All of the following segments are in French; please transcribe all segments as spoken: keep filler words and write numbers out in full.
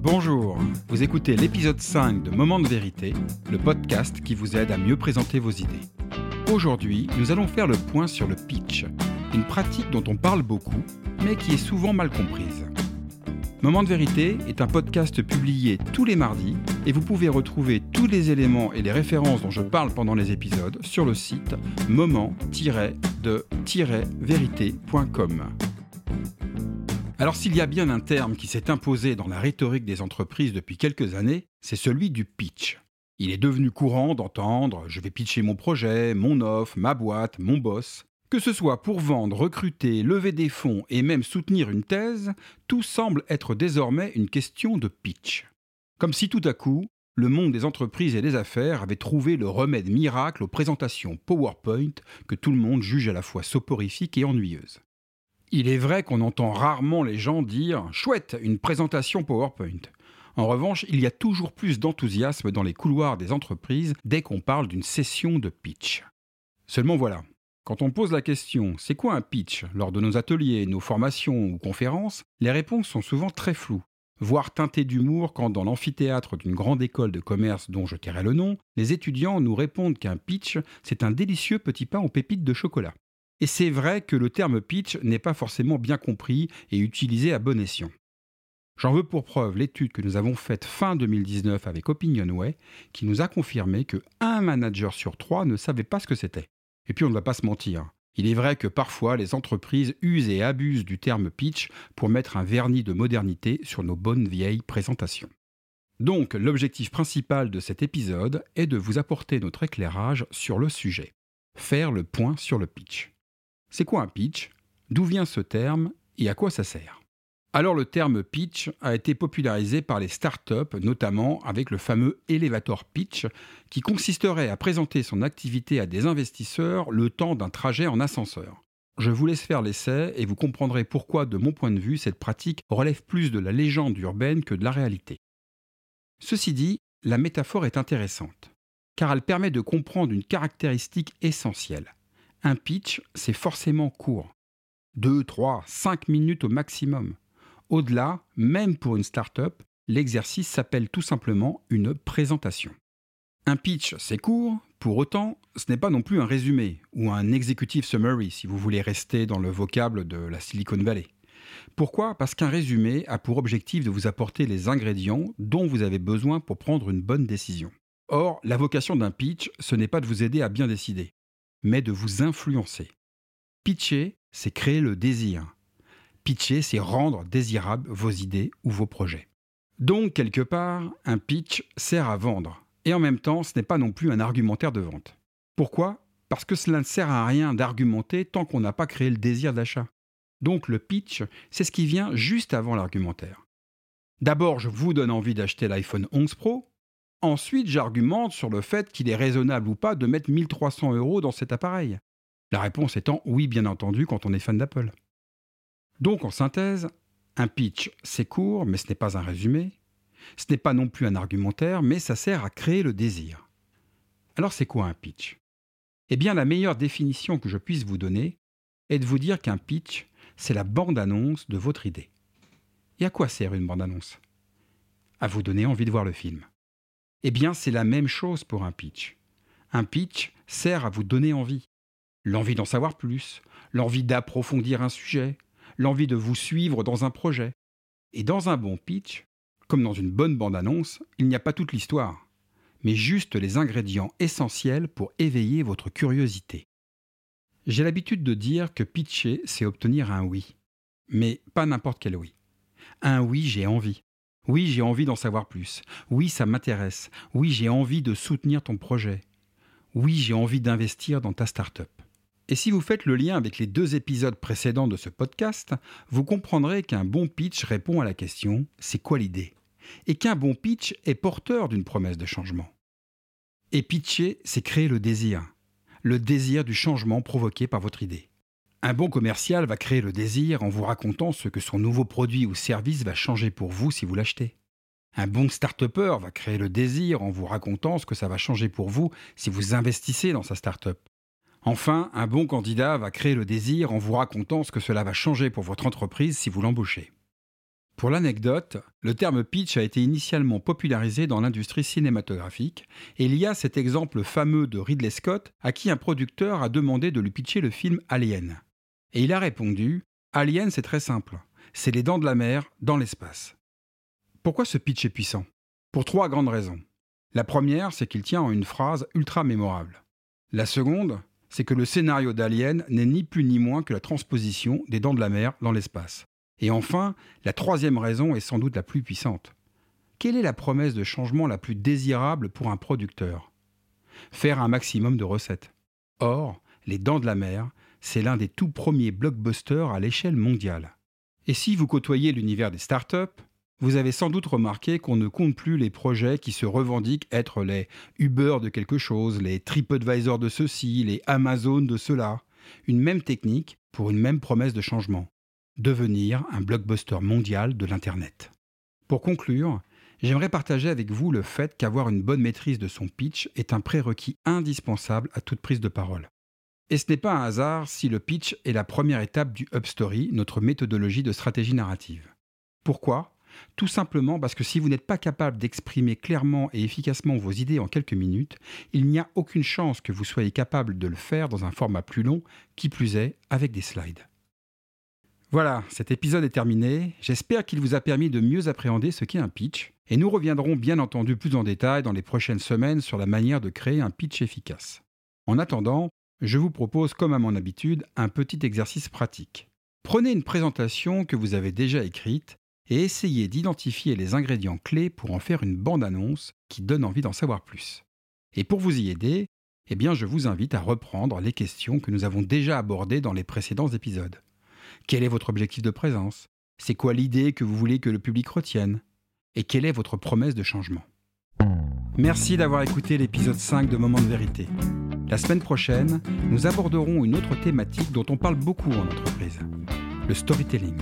Bonjour, vous écoutez l'épisode cinq de Moment de vérité, le podcast qui vous aide à mieux présenter vos idées. Aujourd'hui, nous allons faire le point sur le pitch, une pratique dont on parle beaucoup, mais qui est souvent mal comprise. Moment de vérité est un podcast publié tous les mardis et vous pouvez retrouver tous les éléments et les références dont je parle pendant les épisodes sur le site moment tiret de tiret vérité point com. Alors s'il y a bien un terme qui s'est imposé dans la rhétorique des entreprises depuis quelques années, c'est celui du pitch. Il est devenu courant d'entendre « je vais pitcher mon projet, mon offre, ma boîte, mon boss ». Que ce soit pour vendre, recruter, lever des fonds et même soutenir une thèse, tout semble être désormais une question de pitch. Comme si tout à coup, le monde des entreprises et des affaires avait trouvé le remède miracle aux présentations PowerPoint que tout le monde juge à la fois soporifiques et ennuyeuses. Il est vrai qu'on entend rarement les gens dire « chouette, une présentation PowerPoint ». En revanche, il y a toujours plus d'enthousiasme dans les couloirs des entreprises dès qu'on parle d'une session de pitch. Seulement voilà, quand on pose la question « c'est quoi un pitch ?» lors de nos ateliers, nos formations ou conférences, les réponses sont souvent très floues, voire teintées d'humour quand dans l'amphithéâtre d'une grande école de commerce dont je tairai le nom, les étudiants nous répondent qu'un pitch, c'est un délicieux petit pain aux pépites de chocolat. Et c'est vrai que le terme pitch n'est pas forcément bien compris et utilisé à bon escient. J'en veux pour preuve l'étude que nous avons faite fin deux mille dix-neuf avec Opinionway, qui nous a confirmé qu'un manager sur trois ne savait pas ce que c'était. Et puis on ne va pas se mentir, il est vrai que parfois les entreprises usent et abusent du terme pitch pour mettre un vernis de modernité sur nos bonnes vieilles présentations. Donc l'objectif principal de cet épisode est de vous apporter notre éclairage sur le sujet. Faire le point sur le pitch. C'est quoi un pitch ? D'où vient ce terme et à quoi ça sert ? Alors le terme pitch a été popularisé par les startups, notamment avec le fameux elevator pitch, qui consisterait à présenter son activité à des investisseurs le temps d'un trajet en ascenseur. Je vous laisse faire l'essai et vous comprendrez pourquoi, de mon point de vue, cette pratique relève plus de la légende urbaine que de la réalité. Ceci dit, la métaphore est intéressante, car elle permet de comprendre une caractéristique essentielle. Un pitch, c'est forcément court. deux, trois, cinq minutes au maximum. Au-delà, même pour une start-up, l'exercice s'appelle tout simplement une présentation. Un pitch, c'est court, pour autant, ce n'est pas non plus un résumé ou un executive summary si vous voulez rester dans le vocable de la Silicon Valley. Pourquoi ? Parce qu'un résumé a pour objectif de vous apporter les ingrédients dont vous avez besoin pour prendre une bonne décision. Or, la vocation d'un pitch, ce n'est pas de vous aider à bien décider, mais de vous influencer. Pitcher, c'est créer le désir. Pitcher, c'est rendre désirables vos idées ou vos projets. Donc, quelque part, un pitch sert à vendre. Et en même temps, ce n'est pas non plus un argumentaire de vente. Pourquoi ? Parce que cela ne sert à rien d'argumenter tant qu'on n'a pas créé le désir d'achat. Donc, le pitch, c'est ce qui vient juste avant l'argumentaire. D'abord, je vous donne envie d'acheter l'iPhone onze Pro. Ensuite, j'argumente sur le fait qu'il est raisonnable ou pas de mettre mille trois cents euros dans cet appareil. La réponse étant oui, bien entendu, quand on est fan d'Apple. Donc, en synthèse, un pitch, c'est court, mais ce n'est pas un résumé. Ce n'est pas non plus un argumentaire, mais ça sert à créer le désir. Alors, c'est quoi un pitch ? Eh bien, la meilleure définition que je puisse vous donner est de vous dire qu'un pitch, c'est la bande-annonce de votre idée. Et à quoi sert une bande-annonce ? À vous donner envie de voir le film. Eh bien, c'est la même chose pour un pitch. Un pitch sert à vous donner envie. L'envie d'en savoir plus, l'envie d'approfondir un sujet, l'envie de vous suivre dans un projet. Et dans un bon pitch, comme dans une bonne bande-annonce, il n'y a pas toute l'histoire, mais juste les ingrédients essentiels pour éveiller votre curiosité. J'ai l'habitude de dire que pitcher, c'est obtenir un oui. Mais pas n'importe quel oui. Un oui, j'ai envie. Oui, j'ai envie d'en savoir plus. Oui, ça m'intéresse. Oui, j'ai envie de soutenir ton projet. Oui, j'ai envie d'investir dans ta start-up. Et si vous faites le lien avec les deux épisodes précédents de ce podcast, vous comprendrez qu'un bon pitch répond à la question « c'est quoi l'idée ?» et qu'un bon pitch est porteur d'une promesse de changement. Et pitcher, c'est créer le désir. Le désir du changement provoqué par votre idée. Un bon commercial va créer le désir en vous racontant ce que son nouveau produit ou service va changer pour vous si vous l'achetez. Un bon start-upper va créer le désir en vous racontant ce que ça va changer pour vous si vous investissez dans sa start-up. Enfin, un bon candidat va créer le désir en vous racontant ce que cela va changer pour votre entreprise si vous l'embauchez. Pour l'anecdote, le terme pitch a été initialement popularisé dans l'industrie cinématographique et il y a cet exemple fameux de Ridley Scott à qui un producteur a demandé de lui pitcher le film Alien. Et il a répondu « Alien, c'est très simple, c'est les dents de la mer dans l'espace ». Pourquoi ce pitch est puissant ? Pour trois grandes raisons. La première, c'est qu'il tient en une phrase ultra mémorable. La seconde, c'est que le scénario d'Alien n'est ni plus ni moins que la transposition des dents de la mer dans l'espace. Et enfin, la troisième raison est sans doute la plus puissante. Quelle est la promesse de changement la plus désirable pour un producteur ? Faire un maximum de recettes. Or, Les Dents de la Mer, c'est l'un des tout premiers blockbusters à l'échelle mondiale. Et si vous côtoyez l'univers des startups, vous avez sans doute remarqué qu'on ne compte plus les projets qui se revendiquent être les Uber de quelque chose, les TripAdvisor de ceci, les Amazon de cela. Une même technique pour une même promesse de changement. Devenir un blockbuster mondial de l'Internet. Pour conclure, j'aimerais partager avec vous le fait qu'avoir une bonne maîtrise de son pitch est un prérequis indispensable à toute prise de parole. Et ce n'est pas un hasard si le pitch est la première étape du UpStory, notre méthodologie de stratégie narrative. Pourquoi ? Tout simplement parce que si vous n'êtes pas capable d'exprimer clairement et efficacement vos idées en quelques minutes, il n'y a aucune chance que vous soyez capable de le faire dans un format plus long, qui plus est avec des slides. Voilà, cet épisode est terminé. J'espère qu'il vous a permis de mieux appréhender ce qu'est un pitch. Et nous reviendrons bien entendu plus en détail dans les prochaines semaines sur la manière de créer un pitch efficace. En attendant, je vous propose, comme à mon habitude, un petit exercice pratique. Prenez une présentation que vous avez déjà écrite et essayez d'identifier les ingrédients clés pour en faire une bande-annonce qui donne envie d'en savoir plus. Et pour vous y aider, eh bien, je vous invite à reprendre les questions que nous avons déjà abordées dans les précédents épisodes. Quel est votre objectif de présence ? C'est quoi l'idée que vous voulez que le public retienne ? Et quelle est votre promesse de changement ? Merci d'avoir écouté l'épisode cinq de Moment de Vérité. La semaine prochaine, nous aborderons une autre thématique dont on parle beaucoup en entreprise, le storytelling.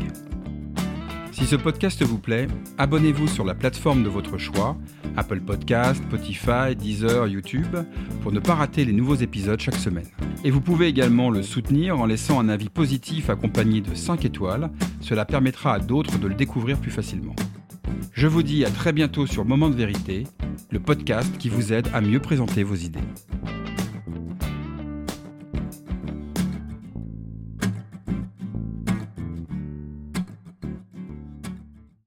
Si ce podcast vous plaît, abonnez-vous sur la plateforme de votre choix, Apple Podcasts, Spotify, Deezer, YouTube, pour ne pas rater les nouveaux épisodes chaque semaine. Et vous pouvez également le soutenir en laissant un avis positif accompagné de cinq étoiles, cela permettra à d'autres de le découvrir plus facilement. Je vous dis à très bientôt sur Moment de Vérité, le podcast qui vous aide à mieux présenter vos idées.